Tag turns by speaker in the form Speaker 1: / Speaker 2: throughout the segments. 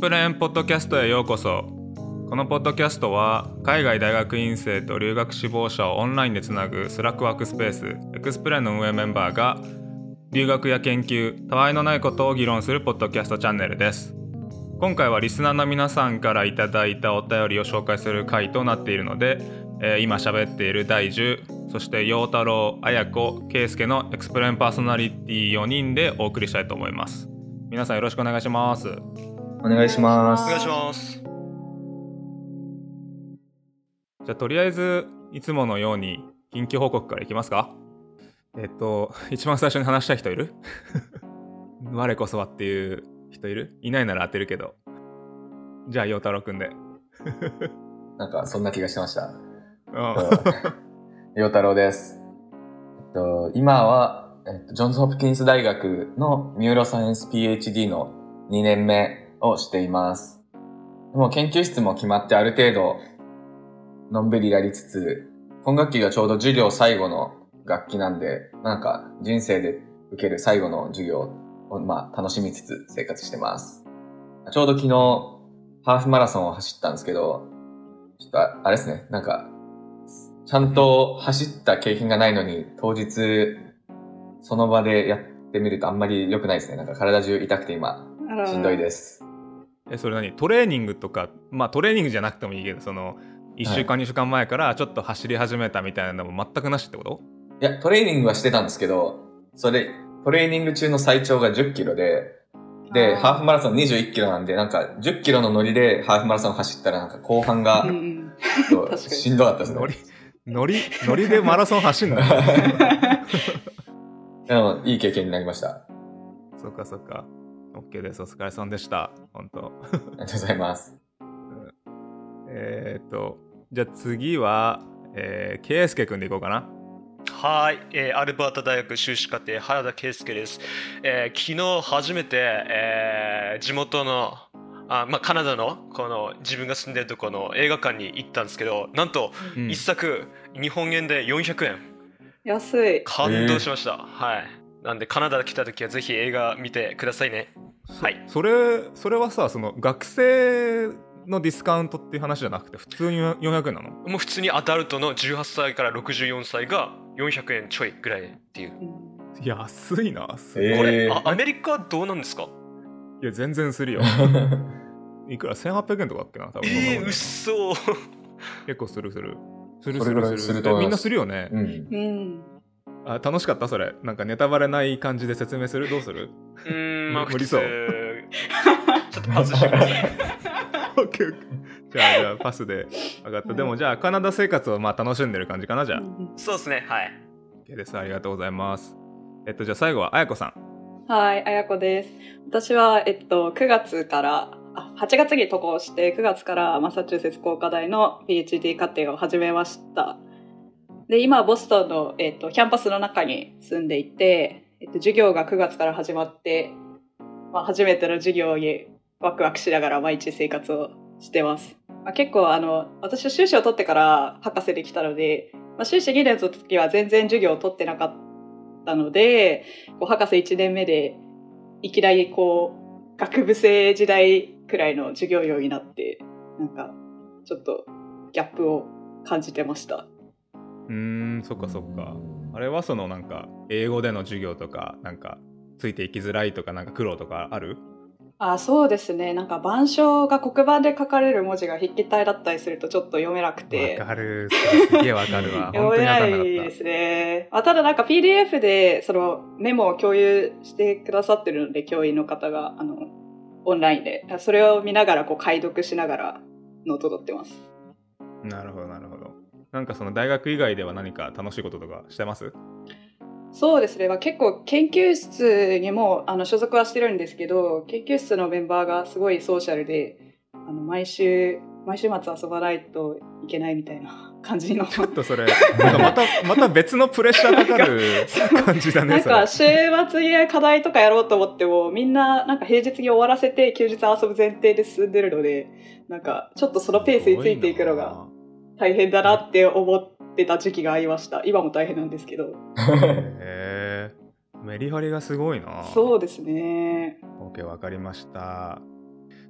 Speaker 1: プレーンポッドキャストへようこそ。このポッドキャストは海外大学院生と留学志望者をオンラインでつなぐスラックワークスペースエクスプレーンの運営メンバーが留学や研究、たわいのないことを議論するポッドキャストチャンネルです。今回はリスナーの皆さんからいただいたお便りを紹介する回となっているので、今喋っている大樹、そして陽太郎、綾子、圭介のエクスプレーンパーソナリティ4人でお送りしたいと思います。皆さんよろしくお願いします。
Speaker 2: お願いします。
Speaker 3: お願いします。
Speaker 1: じゃあとりあえずいつものように緊急報告からいきますか。一番最初に話したい人いる？我こそはっていう人いる？いないなら当てるけど。じゃあ陽太郎くんで。
Speaker 2: なんかそんな気がしてました。陽太郎です。今は、ジョンズ・ホプキンス大学のニューロサイエンス PhD の2年目をしています。もう研究室も決まってある程度のんびりやりつつ、今学期がちょうど授業最後の学期なんで、なんか人生で受ける最後の授業を楽しみつつ生活してます。ちょうど昨日ハーフマラソンを走ったんですけど、ちょっとあれですね、なんかちゃんと走った経験がないのに当日その場でやってみるとあんまり良くないですね。なんか体中痛くて今しんどいです。
Speaker 1: それ何？トレーニングとか、トレーニングじゃなくてもいいけど、その1週間、2週間前からちょっと走り始めたみたいなのも全くなしってこと？
Speaker 2: いや、トレーニングはしてたんですけど、トレーニング中の最長が10キロで、ハーフマラソン21キロなんで、なんか10キロのノリでハーフマラソン走ったらなんか後半がしんどかったですね。
Speaker 1: ノリでマラソン走んの？
Speaker 2: でもいい経験になりました。
Speaker 1: そっか。OK です。お疲れさんでした。本当。
Speaker 2: ありがとうございます。
Speaker 1: じゃあ次は、圭介くんでいこうかな。
Speaker 3: はい、アルバータ大学修士課程原田圭介です。昨日初めて、地元のカナダのこの自分が住んでるところの映画館に行ったんですけど、なんと一作日本円で400円。
Speaker 4: 安い。
Speaker 3: 感動しました。はい。なんでカナダ来た時はぜひ映画見てくださいね。はい。
Speaker 1: それはさ、その学生のディスカウントっていう話じゃなくて普通に400円なの？
Speaker 3: もう普通にアダルトの18歳から64歳が400円ちょいぐらいっていう。
Speaker 1: 安いな。
Speaker 3: これアメリカどうなんですか？
Speaker 1: いや全然するよ。いくら1800円とかだっけな多分。
Speaker 3: 嘘。
Speaker 1: 結構する。
Speaker 2: それぐらいすると思います。
Speaker 1: みんなするよね。楽しかったそれ。なんかネタバレない感じで説明する？どうする？無理そう。
Speaker 3: ちょっとパスしてください。
Speaker 1: じゃあパスで上がった。でもじゃあカナダ生活を楽しんでる感じかな。じゃあ
Speaker 3: そうですね。はい。
Speaker 1: OK です。ありがとうございます。じゃあ最後は綾子さん。
Speaker 4: はい、綾子です。私は9月から8月に渡航して9月からマサチューセッツ工科大の PhD 課程を始めました。で今ボストンのキャンパスの中に住んでいて、授業が9月から始まって、初めての授業にワクワクしながら毎日生活をしてます。結構私は修士を取ってから博士できたので、修士2年の時は全然授業を取ってなかったので、博士1年目でいきなり学部生時代くらいの授業量になって、なんかちょっとギャップを感じてました。
Speaker 1: そっか。あれはそのなんか英語での授業とかなんかついていきづらいとかなんか苦労とかある？
Speaker 4: そうですね。なんか板書が黒板で書かれる文字が筆記体だったりするとちょっと読めなくて。
Speaker 1: わかる。すげえわかるわ。
Speaker 4: 読めないですね。ただなんか PDF でそのメモを共有してくださってるので、教員の方がオンラインでそれを見ながら解読しながらノート取ってます。
Speaker 1: なるほど。なんかその大学以外では何か楽しいこととかしてます？
Speaker 4: そうですね。結構研究室にも所属はしてるんですけど、研究室のメンバーがすごいソーシャルで、毎週末遊ばないといけないみたいな感じの。
Speaker 1: ちょっとそれなんかまた別のプレッシャーかかる感じだね。
Speaker 4: なんか週末に課題とかやろうと思っても、みんななんか平日に終わらせて休日遊ぶ前提で進んでるので、なんかちょっとそのペースについていくのが大変だなって思ってた時期がありました。今も大変なんですけど。
Speaker 1: メリハリがすごいな。
Speaker 4: そうですね。
Speaker 1: OK、 わかりました。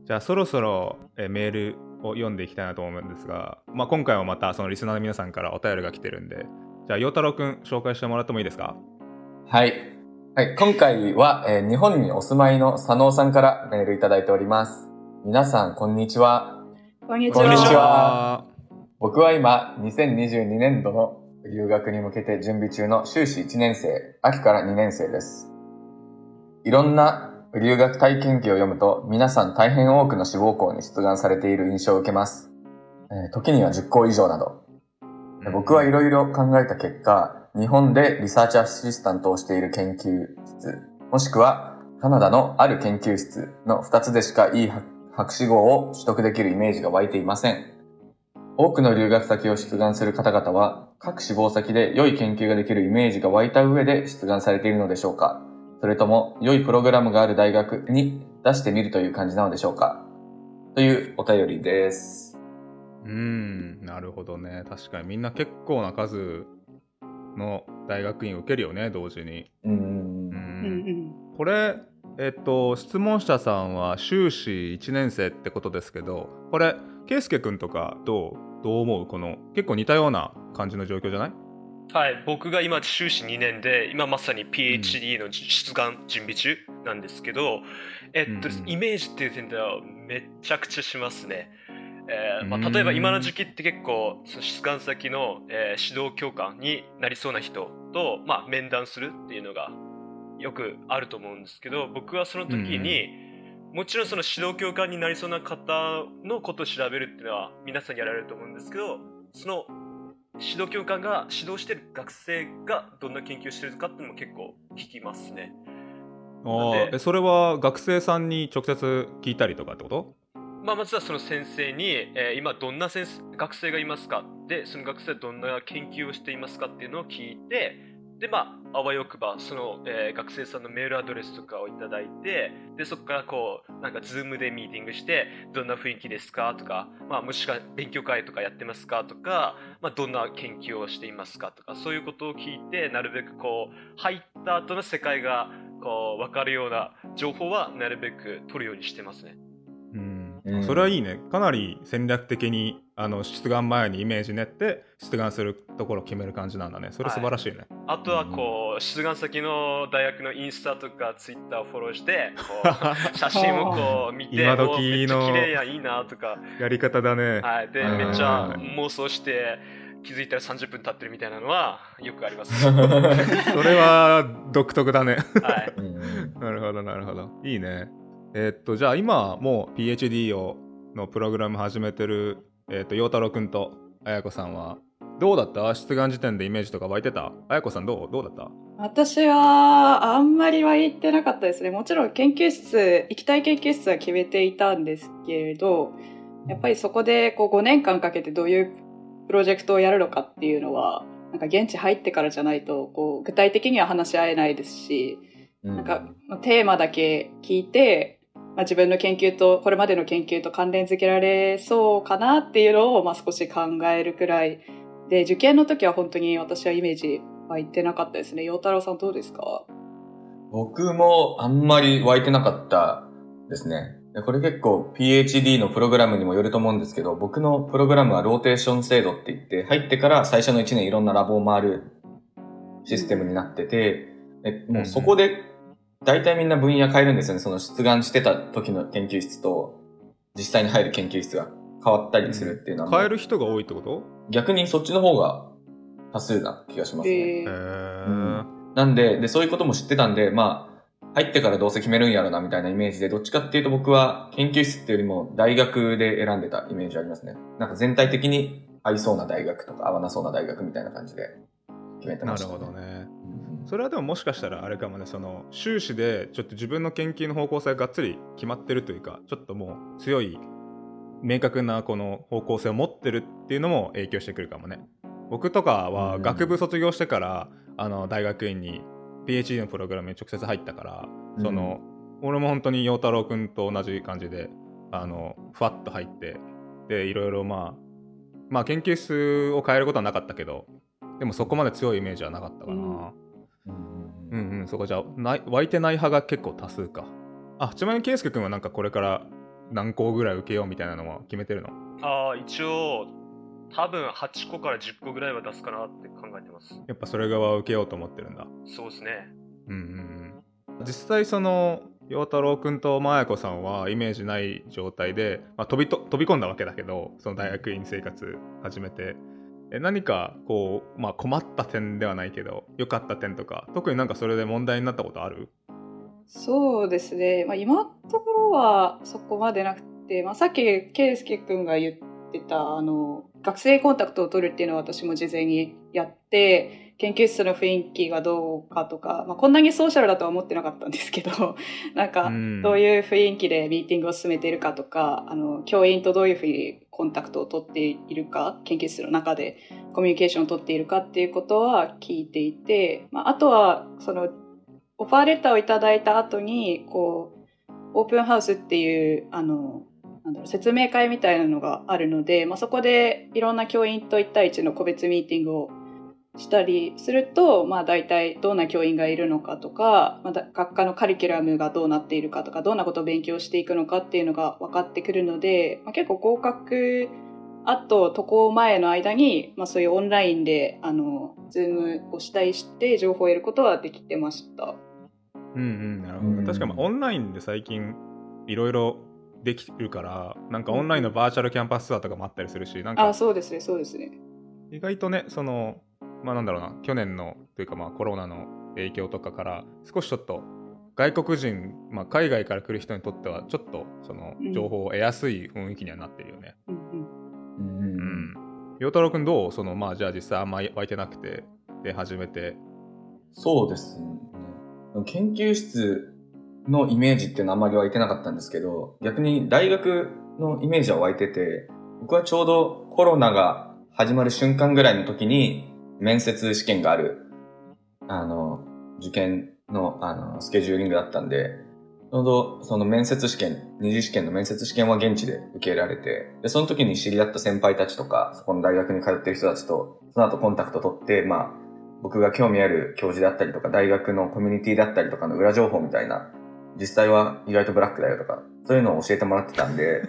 Speaker 1: じゃあそろそろメールを読んでいきたいなと思うんですが、今回もまたそのリスナーの皆さんからお便りが来てるんで、じゃあ陽太郎くん紹介してもらってもいいですか？
Speaker 2: はい。はい、今回は、日本にお住まいの佐野さんからメールいただいております。皆さん、こんにちは。
Speaker 4: こんにち
Speaker 2: こんにち
Speaker 4: は。
Speaker 2: は。僕は今、2022年度の留学に向けて準備中の修士1年生、秋から2年生です。いろんな留学体験記を読むと、皆さん大変多くの志望校に出願されている印象を受けます。時には10校以上など。僕はいろいろ考えた結果、日本でリサーチアシスタントをしている研究室、もしくはカナダのある研究室の2つでしかいい博士号を取得できるイメージが湧いていません。多くの留学先を出願する方々は、各志望先で良い研究ができるイメージが湧いた上で出願されているのでしょうか？それとも良いプログラムがある大学に出してみるという感じなのでしょうか？というお便りです。
Speaker 1: なるほどね。確かにみんな結構な数の大学院受けるよね、同時に。これ質問者さんは修士1年生ってことですけど、これ圭介くんとかどう思う？この結構似たような感じの状況じゃない？
Speaker 3: はい、僕が今修士2年で今まさに PhD の出願準備中なんですけど、イメージっていう点ではめちゃくちゃしますね。例えば今の時期って結構その出願先の、指導教官になりそうな人と、面談するっていうのがよくあると思うんですけど、僕はその時に、もちろんその指導教官になりそうな方のことを調べるっていうのは皆さんやられると思うんですけど、その指導教官が指導してる学生がどんな研究をしてるかっていうのも結構聞きますね。
Speaker 1: それは学生さんに直接聞いたりとかってこと？
Speaker 3: まずはその先生に、今どんな学生がいますか、でその学生はどんな研究をしていますかっていうのを聞いて、であわよくばその、学生さんのメールアドレスとかをいただいて、でそこからこうなんかズームでミーティングしてどんな雰囲気ですかとか、もしくは勉強会とかやってますかとか、どんな研究をしていますかとか、そういうことを聞いて、なるべくこう入った後の世界がこう分かるような情報はなるべく取るようにしてますね。
Speaker 1: それはいいね。かなり戦略的に出願前にイメージ練って出願するところを決める感じなんだね。それ素晴らしいね。
Speaker 3: あとはこう出願先の大学のインスタとかツイッターをフォローしてこう写真をこう見て
Speaker 1: 今時
Speaker 3: めっちゃ
Speaker 1: の
Speaker 3: 綺麗やいいなとか
Speaker 1: やり方だね。
Speaker 3: でめっちゃ妄想して気づいたら30分経ってるみたいなのはよくあります。
Speaker 1: それは独特だね。
Speaker 3: はい
Speaker 1: なるほどなるほど。いいね。じゃあ今もう PhD のプログラム始めてる陽太郎くんと綾子さんはどうだった？出願時点でイメージとか湧いてた？綾子さんどうだった？
Speaker 4: 私はあんまり湧いてなかったですね。もちろん行きたい研究室は決めていたんですけれど、やっぱりそこでこう5年間かけてどういうプロジェクトをやるのかっていうのはなんか現地入ってからじゃないとこう具体的には話し合えないですし、なんかテーマだけ聞いて、自分の研究とこれまでの研究と関連づけられそうかなっていうのを少し考えるくらいで、受験の時は本当に私はイメージ湧いてなかったですね。陽太郎さんどうですか？
Speaker 2: 僕もあんまり湧いてなかったですね。これ結構 PhD のプログラムにもよると思うんですけど、僕のプログラムはローテーション制度って言って、入ってから最初の1年いろんなラボを回るシステムになってて、もうそこで大体みんな分野変えるんですよね。その出願してた時の研究室と実際に入る研究室が変わったりするっていうのは、
Speaker 1: 変える人が多いってこと？
Speaker 2: 逆にそっちの方が多数な気がしますね。なんでそういうことも知ってたんで、入ってからどうせ決めるんやろなみたいなイメージで、どっちかっていうと僕は研究室っていうよりも大学で選んでたイメージありますね。なんか全体的に合いそうな大学とか合わなそうな大学みたいな感じで決めてましたね。
Speaker 1: なるほどね。それはでももしかしたらあれかもね、その修士でちょっと自分の研究の方向性ががっつり決まってるというか、ちょっともう強い明確なこの方向性を持ってるっていうのも影響してくるかもね。僕とかは学部卒業してから大学院に PhD のプログラムに直接入ったから、俺も本当に陽太郎くんと同じ感じでふわっと入って、でいろいろ研究室を変えることはなかったけど、でもそこまで強いイメージはなかったかな。そこじゃ湧いてない派が結構多数か。ちなみに圭介君はなんかこれから何校ぐらい受けようみたいなのは決めてるの？
Speaker 3: 一応多分8個から10個ぐらいは出すかなって考えてます。
Speaker 1: やっぱそれ側を受けようと思ってるんだ。
Speaker 3: そうですね。
Speaker 1: 実際その陽太郎くんと麻也子さんはイメージない状態で、飛び込んだわけだけど、その大学院生活始めて何かこう、困った点ではないけど良かった点とか、特になんかそれで問題になったことある？
Speaker 4: そうですね、今のところはそこまでなくて、さっき圭介くんが言ってた学生コンタクトを取るっていうのは私も事前にやって、研究室の雰囲気がどうかとか、こんなにソーシャルだとは思ってなかったんですけどなんかどういう雰囲気でミーティングを進めているかとか、教員とどういうふうにコンタクトを取っているか、研究室の中でコミュニケーションを取っているかっていうことは聞いていて、あとはそのオファーレターをいただいた後にこうオープンハウスっていう説明会みたいなのがあるので、そこでいろんな教員と1対1の個別ミーティングをしたりすると、大体どんな教員がいるのかとか、学科のカリキュラムがどうなっているかとか、どんなことを勉強していくのかっていうのが分かってくるので、結構合格と渡航前の間に、そういうオンラインでズームをしたりして情報を得ることはできてました。
Speaker 1: なるほど。確かにオンラインで最近いろいろできるから、なんかオンラインのバーチャルキャンパスツアーとかもあったりするし、なんか
Speaker 4: そうですね
Speaker 1: 意外とね、そのなんだろうな、去年のというかコロナの影響とかから少しちょっと外国人、海外から来る人にとってはちょっとその情報を得やすい雰囲気にはなってるよね。陽太郎くんどう？そのじゃあ実際あんま湧いてなくてで始めて。
Speaker 2: そうですね。研究室のイメージっていうのはあんまり湧いてなかったんですけど、逆に大学のイメージは湧いてて、僕はちょうどコロナが始まる瞬間ぐらいの時に面接試験がある、受験の、スケジューリングだったんで、ちょうどその面接試験、二次試験の面接試験は現地で受けられて、で、その時に知り合った先輩たちとか、そこの大学に通ってる人たちと、その後コンタクト取って、僕が興味ある教授であったりとか、大学のコミュニティだったりとかの裏情報みたいな、実際は意外とブラックだよとか、そういうのを教えてもらってたんで、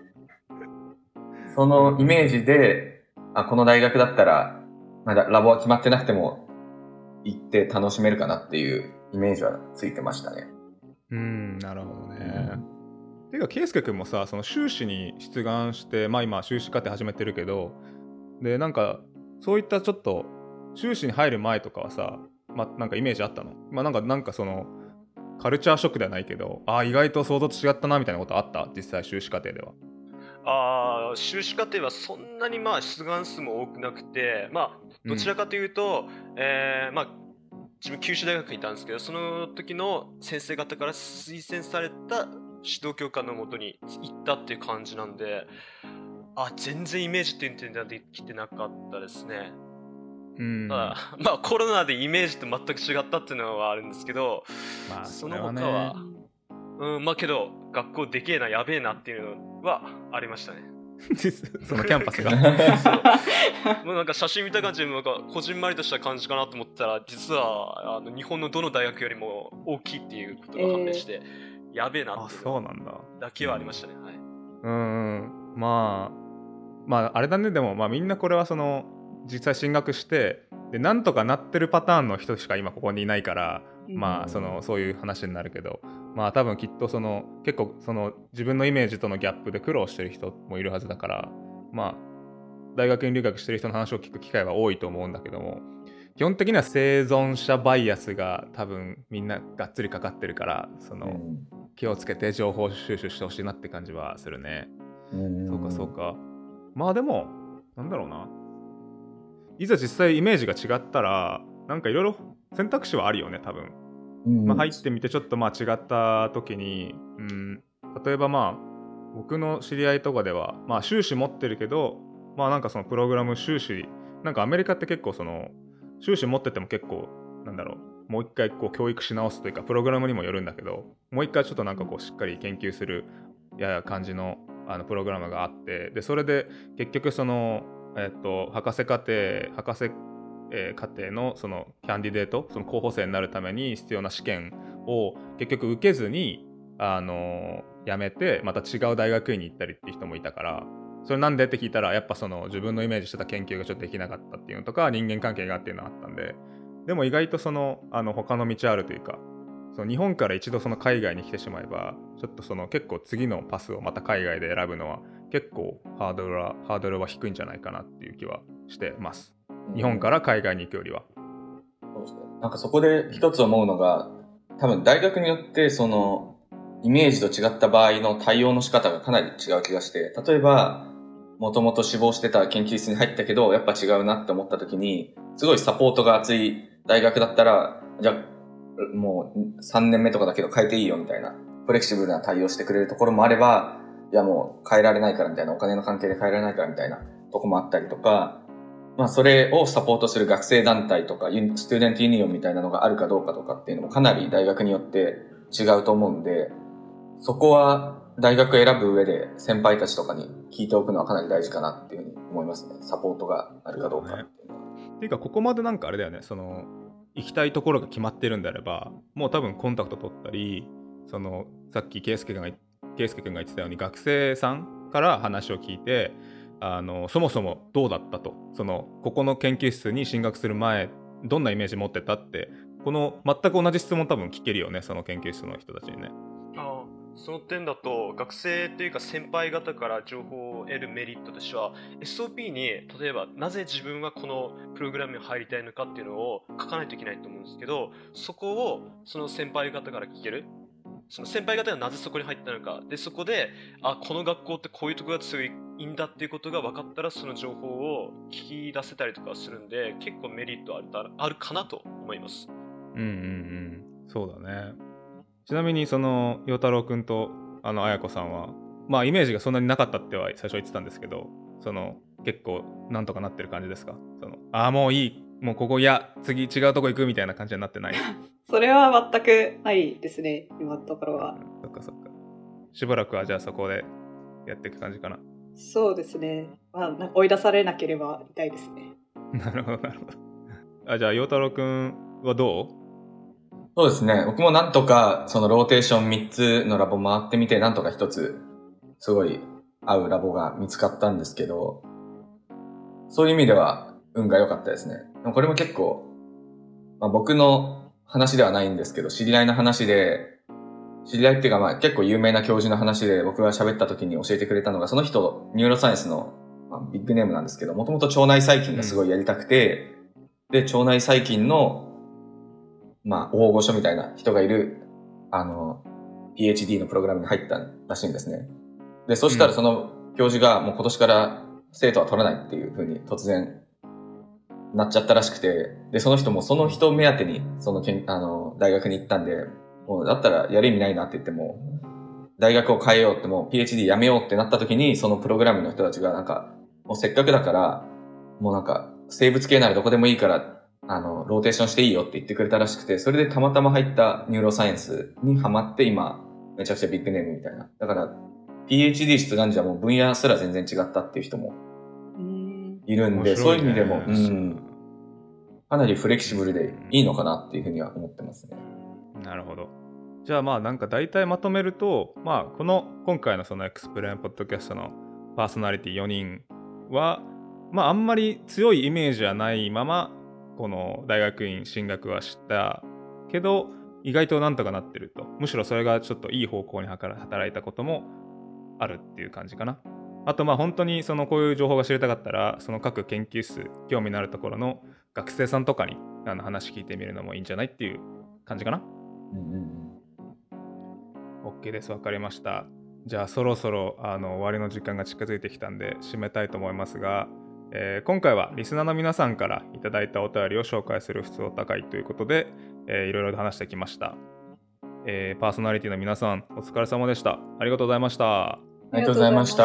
Speaker 2: そのイメージで、この大学だったら、まだラボは決まってなくても、行って楽しめるかなっていうイメージはついてましたね。
Speaker 1: なるほどね。ていうか、圭介君もさ、その修士に出願して、今修士課程始めてるけど、で、なんか、そういったちょっと、修士に入る前とかはさ、なんかイメージあったの？なんかその、カルチャーショックではないけど、意外と想像と違ったなみたいなことあった？実際修士課程では。
Speaker 3: 修士課程はそんなに出願数も多くなくて、どちらかというと、自分九州大学にいたんですけど、その時の先生方から推薦された指導教官のもとに行ったっていう感じなんで、全然イメージっていう点ではできてなかったですね。コロナでイメージと全く違ったっていうのはあるんですけど、その他は、けど学校でけえな、やべえなっていうのはありましたね。
Speaker 1: そのキャンパスが
Speaker 3: もうなんか写真見た感じでなんかこじんまりとした感じかなと思ったら、実は日本のどの大学よりも大きいっていうことが判明して、やべえなっていうのだけはありましたね。
Speaker 1: あれだね。でもみんなこれはその実際進学してでなんとかなってるパターンの人しか今ここにいないから、そういう話になるけど、多分きっとその結構その自分のイメージとのギャップで苦労してる人もいるはずだから、大学に留学してる人の話を聞く機会は多いと思うんだけども、基本的には生存者バイアスが多分みんながっつりかかってるから、その気をつけて情報収集してほしいなって感じはするね。そうか。でもなんだろうな、いざ実際イメージが違ったらなんかいろいろ選択肢はあるよね多分。入ってみてちょっと違った時に、例えば僕の知り合いとかでは修士持ってるけど、なんかそのプログラム修士、なんかアメリカって結構その修士持ってても結構なんだろう、もう一回こう教育し直すというかプログラムにもよるんだけど、もう一回ちょっとなんかこうしっかり研究する感じのプログラムがあって、でそれで結局その博士課程のそのキャンディデート、その候補生になるために必要な試験を結局受けずに辞めてまた違う大学院に行ったりっていう人もいたから、それなんでって聞いたら、やっぱその自分のイメージしてた研究がちょっとできなかったっていうのとか、人間関係がっていうのがあったんで、でも意外とその他の道あるというか、その日本から一度その海外に来てしまえば、ちょっとその結構次のパスをまた海外で選ぶのは結構ハードルは低いんじゃないかなっていう気はしてます。日本から海外に行くよりは。
Speaker 2: そうですね。なんかそこで一つ思うのが、多分大学によってそのイメージと違った場合の対応の仕方がかなり違う気がして、例えばもともと志望してた研究室に入ったけどやっぱ違うなって思った時に、すごいサポートが厚い大学だったら、じゃあもう3年目とかだけど変えていいよみたいなフレキシブルな対応してくれるところもあれば、いやもう変えられないからみたいな、お金の関係で変えられないからみたいなとこもあったりとか、まあそれをサポートする学生団体とかスチューデントユニオンみたいなのがあるかどうかとかっていうのもかなり大学によって違うと思うんで、そこは大学選ぶ上で先輩たちとかに聞いておくのはかなり大事かなっていうふうに思いますね。サポートがあるかどうかっていうのは。
Speaker 1: っていうか、ここまでなんかあれだよね、その行きたいところが決まってるんであれば、もう多分コンタクト取ったり、そのさっき圭介君が言ってたように学生さんから話を聞いて、そもそもどうだったと、そのここの研究室に進学する前どんなイメージ持ってたって、この全く同じ質問多分聞けるよね、その研究室の人たちにね。
Speaker 3: その点だと、学生というか先輩方から情報を得るメリットとしては、 SOP に例えばなぜ自分はこのプログラムに入りたいのかっていうのを書かないといけないと思うんですけど、そこをその先輩方から聞ける。その先輩方がなぜそこに入ったのかで、そこでこの学校ってこういうところが強いんだっていうことが分かったら、その情報を聞き出せたりとかするんで、結構メリットあるかなと思います。
Speaker 1: そうだね。ちなみにその陽太郎くんと綾子さんは、まあイメージがそんなになかったっては最初言ってたんですけど、その結構なんとかなってる感じですか？そのもういい、もうここ、いや次違うとこ行くみたいな感じになってない？
Speaker 4: それは全くないですね、今のところは。
Speaker 1: そっか。しばらくはじゃあそこでやっていく感じかな。
Speaker 4: そうですね。なんか追い出されなければいたいですね。
Speaker 1: なるほど。じゃあ陽太郎くんはどう？
Speaker 2: そうですね。僕もなんとかそのローテーション3つのラボ回ってみて、なんとか1つすごい合うラボが見つかったんですけど、そういう意味では運が良かったですね。これも結構、僕の話ではないんですけど、知り合いの話で、知り合いっていうか結構有名な教授の話で、僕が喋った時に教えてくれたのが、その人ニューロサイエンスの、ビッグネームなんですけど、もともと腸内細菌がすごいやりたくて、で腸内細菌の大御所みたいな人がいるPhD のプログラムに入ったらしいんですね。でそしたらその教授がもう今年から生徒は取らないっていう風に突然なっちゃったらしくて、でその人もその人目当てにその大学に行ったんで、もうだったらやる意味ないなって言っても、大学を変えようってもう PhD やめようってなった時に、そのプログラムの人たちがもうせっかくだからもう生物系ならどこでもいいからローテーションしていいよって言ってくれたらしくて、それでたまたま入ったニューロサイエンスにハマって今めちゃくちゃビッグネームみたいな。だから PhD 出願者も分野すら全然違ったっていう人もいるんで、そういう意味でも、かなりフレキシブルでいいのかなっていうふうには思ってますね。
Speaker 1: なるほど。じゃあなんか大体まとめると、今回のそのエクスプレーンポッドキャストのパーソナリティ4人はあんまり強いイメージはないままこの大学院進学はしたけど、意外となんとかなってると。むしろそれがちょっといい方向に働いたこともあるっていう感じかな。あと本当にこういう情報が知りたかったら、その各研究室興味のあるところの学生さんとかに話聞いてみるのもいいんじゃないっていう感じかな。OK です。わかりました。じゃあそろそろ終わりの時間が近づいてきたんで締めたいと思いますが、今回はリスナーの皆さんからいただいたお便りを紹介する普通お高いということで、いろいろ話してきました。パーソナリティの皆さんお疲れ様でした。ありがとうございました。
Speaker 2: ありがとうございました。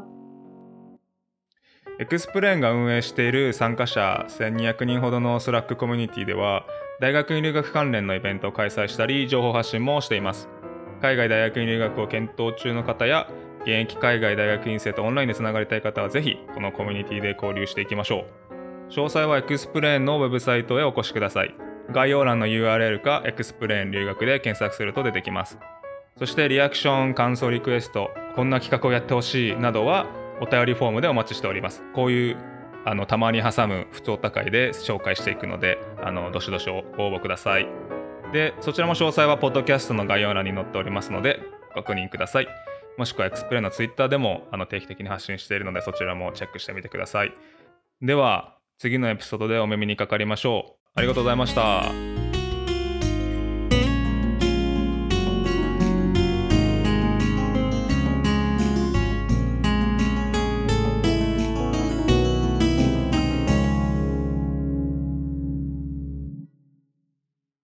Speaker 1: エクスプレーンが運営している参加者1200人ほどのスラックコミュニティでは、大学院留学関連のイベントを開催したり情報発信もしています。海外大学院留学を検討中の方や現役海外大学院生とオンラインでつながりたい方はぜひこのコミュニティで交流していきましょう。詳細はエクスプレーンのウェブサイトへお越しください。概要欄の URL かエクスプレーン留学で検索すると出てきます。 そしてリアクション、感想、リクエスト、こんな企画をやってほしいなどはお便りフォームでお待ちしております。こういうたまに挟む普通お高いで紹介していくので、どしどしご応募ください。で、そちらも詳細はポッドキャストの概要欄に載っておりますのでご確認ください。もしくはエクスプレイのツイッターでも定期的に発信しているので、そちらもチェックしてみてください。では次のエピソードでお耳にかかりましょう。ありがとうございました。